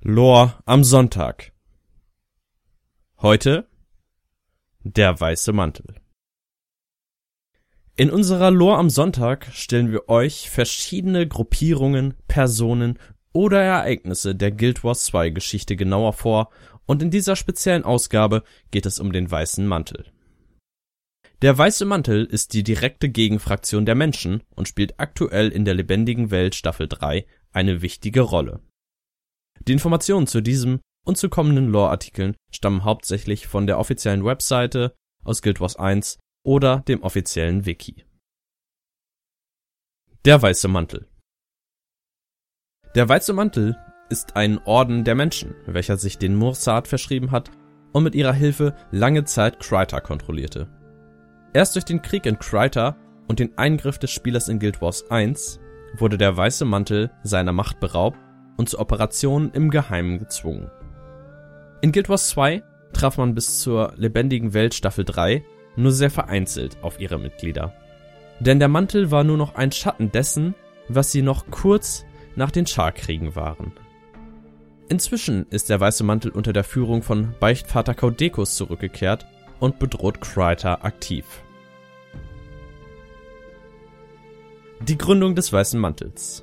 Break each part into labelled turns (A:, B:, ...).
A: Lore am Sonntag. Heute der weiße Mantel. In unserer Lore am Sonntag stellen wir euch verschiedene Gruppierungen, Personen oder Ereignisse der Guild Wars 2 Geschichte genauer vor und in dieser speziellen Ausgabe geht es um den weißen Mantel. Der weiße Mantel ist die direkte Gegenfraktion der Menschen und spielt aktuell in der lebendigen Welt Staffel 3 eine wichtige Rolle. Die Informationen zu diesem und zu kommenden Lore-Artikeln stammen hauptsächlich von der offiziellen Webseite aus Guild Wars 1 oder dem offiziellen Wiki. Der weiße Mantel. Der weiße Mantel ist ein Orden der Menschen, welcher sich den Mursat verschrieben hat und mit ihrer Hilfe lange Zeit Kryta kontrollierte. Erst durch den Krieg in Kryta und den Eingriff des Spielers in Guild Wars 1 wurde der weiße Mantel seiner Macht beraubt und zu Operationen im Geheimen gezwungen. In Guild Wars 2 traf man bis zur lebendigen Welt Staffel 3 nur sehr vereinzelt auf ihre Mitglieder. Denn der Mantel war nur noch ein Schatten dessen, was sie noch kurz nach den Scharkriegen waren. Inzwischen ist der weiße Mantel unter der Führung von Beichtvater Caudecus zurückgekehrt und bedroht Kryta aktiv. Die Gründung des weißen Mantels.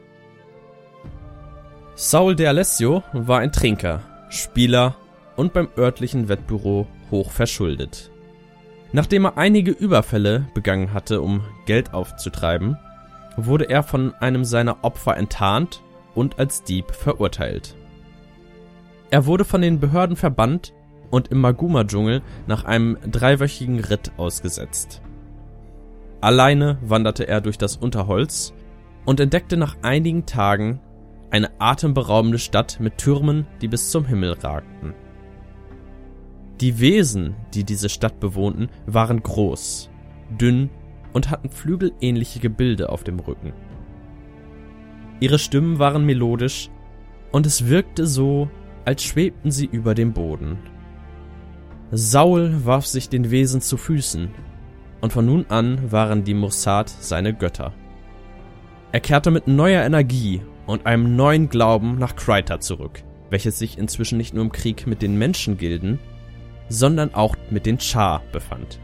A: Saul de Alessio war ein Trinker, Spieler und beim örtlichen Wettbüro hoch verschuldet. Nachdem er einige Überfälle begangen hatte, um Geld aufzutreiben, wurde er von einem seiner Opfer enttarnt und als Dieb verurteilt. Er wurde von den Behörden verbannt und im Maguma-Dschungel nach einem 3-wöchigen Ritt ausgesetzt. Alleine wanderte er durch das Unterholz und entdeckte nach einigen Tagen eine atemberaubende Stadt mit Türmen, die bis zum Himmel ragten. Die Wesen, die diese Stadt bewohnten, waren groß, dünn und hatten flügelähnliche Gebilde auf dem Rücken. Ihre Stimmen waren melodisch und es wirkte so, als schwebten sie über dem Boden. Saul warf sich den Wesen zu Füßen und von nun an waren die Mursat seine Götter. Er kehrte mit neuer Energie und einem neuen Glauben nach Kryta zurück, welches sich inzwischen nicht nur im Krieg mit den Menschengilden, sondern auch mit den Char befand.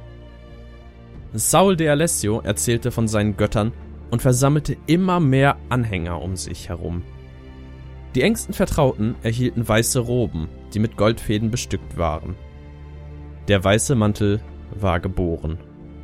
A: Saul de Alessio erzählte von seinen Göttern und versammelte immer mehr Anhänger um sich herum. Die engsten Vertrauten erhielten weiße Roben, die mit Goldfäden bestückt waren. Der weiße Mantel war geboren.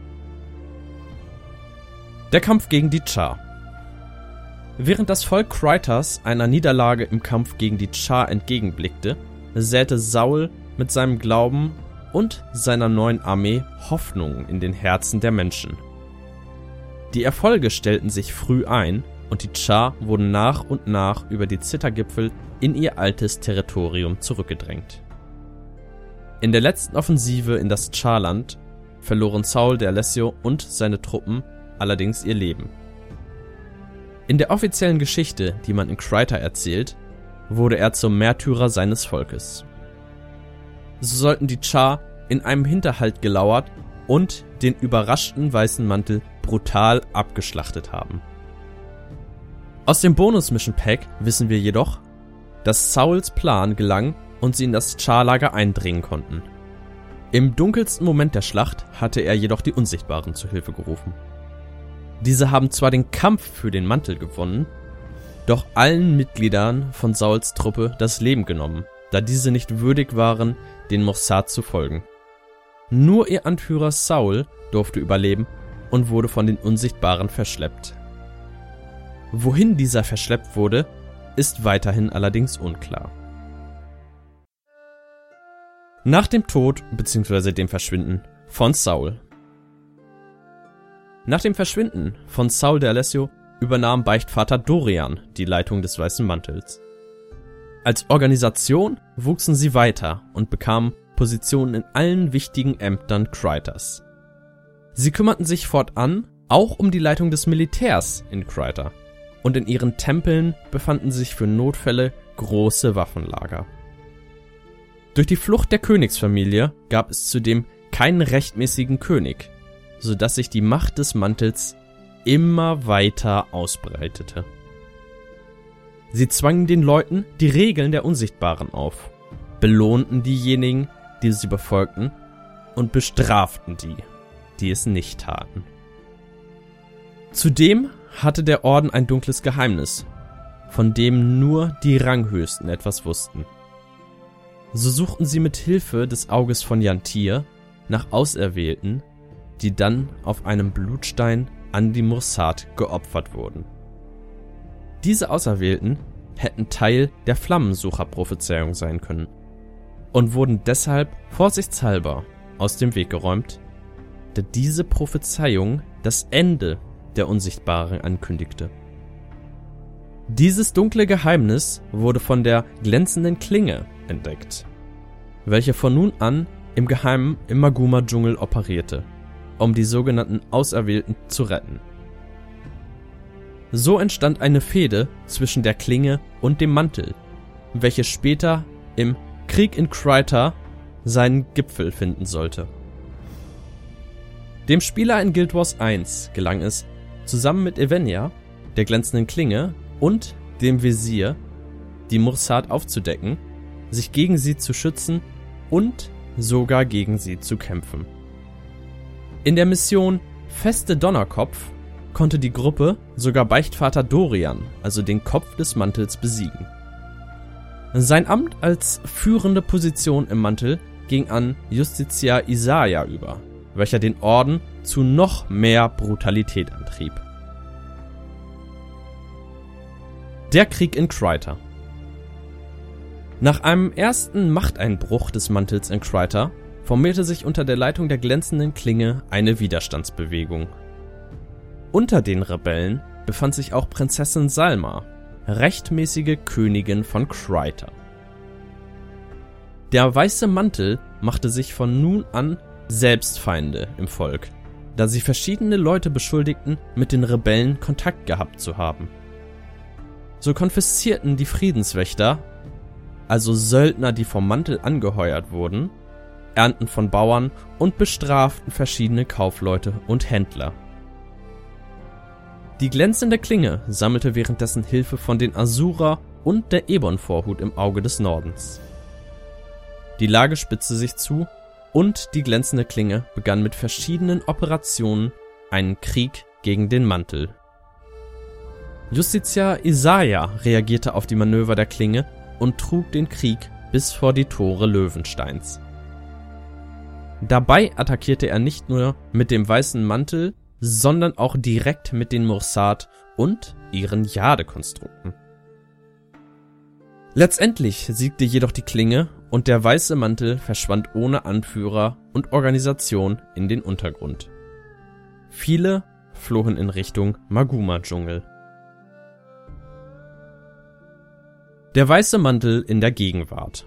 A: Der Kampf gegen die Char. Während das Volk Krytas einer Niederlage im Kampf gegen die Char entgegenblickte, säte Saul mit seinem Glauben und seiner neuen Armee Hoffnung in den Herzen der Menschen. Die Erfolge stellten sich früh ein und die Char wurden nach und nach über die Zittergipfel in ihr altes Territorium zurückgedrängt. In der letzten Offensive in das Charland verloren Saul de Alessio und seine Truppen allerdings ihr Leben. In der offiziellen Geschichte, die man in Kryta erzählt, wurde er zum Märtyrer seines Volkes. So sollten die Char in einem Hinterhalt gelauert und den überraschten weißen Mantel brutal abgeschlachtet haben. Aus dem Bonus-Mission Pack wissen wir jedoch, dass Sauls Plan gelang und sie in das Char-Lager eindringen konnten. Im dunkelsten Moment der Schlacht hatte er jedoch die Unsichtbaren zu Hilfe gerufen. Diese haben zwar den Kampf für den Mantel gewonnen, doch allen Mitgliedern von Sauls Truppe das Leben genommen, da diese nicht würdig waren, den Mursat zu folgen. Nur ihr Anführer Saul durfte überleben und wurde von den Unsichtbaren verschleppt. Wohin dieser verschleppt wurde, ist weiterhin allerdings unklar. Nach dem Tod bzw. dem Verschwinden von Saul. Nach dem Verschwinden von Saul de Alessio übernahm Beichtvater Dorian die Leitung des weißen Mantels. Als Organisation wuchsen sie weiter und bekamen Positionen in allen wichtigen Ämtern Krytas. Sie kümmerten sich fortan auch um die Leitung des Militärs in Kryta und in ihren Tempeln befanden sich für Notfälle große Waffenlager. Durch die Flucht der Königsfamilie gab es zudem keinen rechtmäßigen König, sodass sich die Macht des Mantels immer weiter ausbreitete. Sie zwangen den Leuten die Regeln der Unsichtbaren auf, belohnten diejenigen, die sie befolgten, und bestraften die, die es nicht taten. Zudem hatte der Orden ein dunkles Geheimnis, von dem nur die Ranghöchsten etwas wussten. So suchten sie mit Hilfe des Auges von Yantir nach Auserwählten, die dann auf einem Blutstein an die Mursat geopfert wurden. Diese Auserwählten hätten Teil der Flammensucher-Prophezeiung sein können und wurden deshalb vorsichtshalber aus dem Weg geräumt, da diese Prophezeiung das Ende der Unsichtbaren ankündigte. Dieses dunkle Geheimnis wurde von der glänzenden Klinge entdeckt, welche von nun an im Geheimen im Maguma-Dschungel operierte, um die sogenannten Auserwählten zu retten. So entstand eine Fehde zwischen der Klinge und dem Mantel, welche später im Krieg in Kryta seinen Gipfel finden sollte. Dem Spieler in Guild Wars 1 gelang es, zusammen mit Evenia, der glänzenden Klinge und dem Visier, die Mursat aufzudecken, sich gegen sie zu schützen und sogar gegen sie zu kämpfen. In der Mission Feste Donnerkopf konnte die Gruppe sogar Beichtvater Dorian, also den Kopf des Mantels, besiegen. Sein Amt als führende Position im Mantel ging an Justiziar Isaiah über, welcher den Orden zu noch mehr Brutalität antrieb. Der Krieg in Kryta. Nach einem ersten Machteinbruch des Mantels in Kryta formierte sich unter der Leitung der glänzenden Klinge eine Widerstandsbewegung. Unter den Rebellen befand sich auch Prinzessin Salma, rechtmäßige Königin von Kryta. Der weiße Mantel machte sich von nun an selbst Feinde im Volk, da sie verschiedene Leute beschuldigten, mit den Rebellen Kontakt gehabt zu haben. So konfiszierten die Friedenswächter, also Söldner, die vom Mantel angeheuert wurden, Ernten von Bauern und bestraften verschiedene Kaufleute und Händler. Die glänzende Klinge sammelte währenddessen Hilfe von den Asura und der Ebon-Vorhut im Auge des Nordens. Die Lage spitzte sich zu und die glänzende Klinge begann mit verschiedenen Operationen einen Krieg gegen den Mantel. Justiziar Isaiah reagierte auf die Manöver der Klinge und trug den Krieg bis vor die Tore Löwensteins. Dabei attackierte er nicht nur mit dem weißen Mantel, sondern auch direkt mit den Mursat und ihren Jade-Konstrukten. Letztendlich siegte jedoch die Klinge und der weiße Mantel verschwand ohne Anführer und Organisation in den Untergrund. Viele flohen in Richtung Maguma-Dschungel. Der weiße Mantel in der Gegenwart.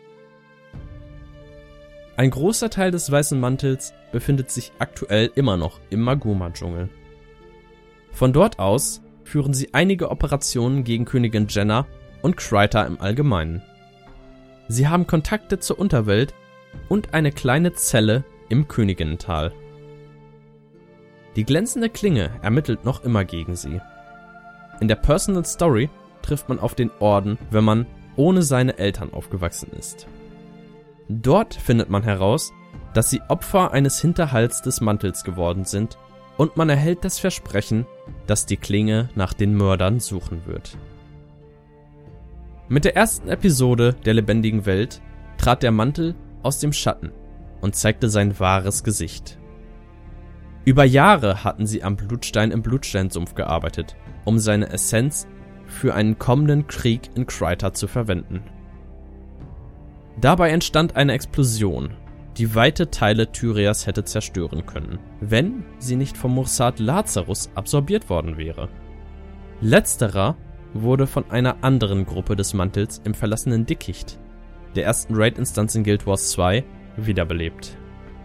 A: Ein großer Teil des weißen Mantels befindet sich aktuell immer noch im Maguma-Dschungel. Von dort aus führen sie einige Operationen gegen Königin Jenna und Kryta im Allgemeinen. Sie haben Kontakte zur Unterwelt und eine kleine Zelle im Königinnental. Die glänzende Klinge ermittelt noch immer gegen sie. In der Personal Story trifft man auf den Orden, wenn man ohne seine Eltern aufgewachsen ist. Dort findet man heraus, dass sie Opfer eines Hinterhalts des Mantels geworden sind und man erhält das Versprechen, dass die Klinge nach den Mördern suchen wird. Mit der ersten Episode der lebendigen Welt trat der Mantel aus dem Schatten und zeigte sein wahres Gesicht. Über Jahre hatten sie am Blutstein im Blutsteinsumpf gearbeitet, um seine Essenz für einen kommenden Krieg in Kryta zu verwenden. Dabei entstand eine Explosion, die weite Teile Tyrias hätte zerstören können, wenn sie nicht vom Mursat Lazarus absorbiert worden wäre. Letzterer wurde von einer anderen Gruppe des Mantels im verlassenen Dickicht, der ersten Raid-Instanz in Guild Wars 2, wiederbelebt.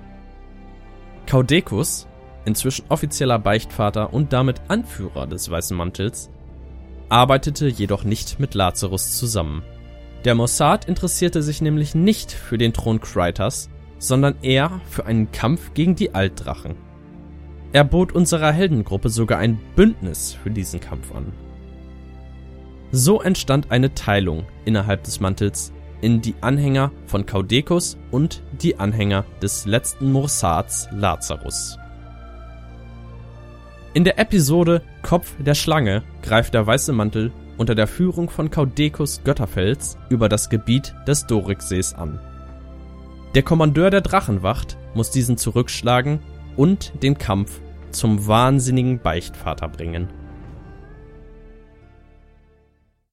A: Caudekus, inzwischen offizieller Beichtvater und damit Anführer des Weißen Mantels, arbeitete jedoch nicht mit Lazarus zusammen. Der Mossad interessierte sich nämlich nicht für den Thron Krytas, sondern eher für einen Kampf gegen die Altdrachen. Er bot unserer Heldengruppe sogar ein Bündnis für diesen Kampf an. So entstand eine Teilung innerhalb des Mantels in die Anhänger von Caudecus und die Anhänger des letzten Maursats Lazarus. In der Episode Kopf der Schlange greift der Weiße Mantel unter der Führung von Caudecus Götterfels über das Gebiet des Doriksees an. Der Kommandeur der Drachenwacht muss diesen zurückschlagen und den Kampf zum wahnsinnigen Beichtvater bringen.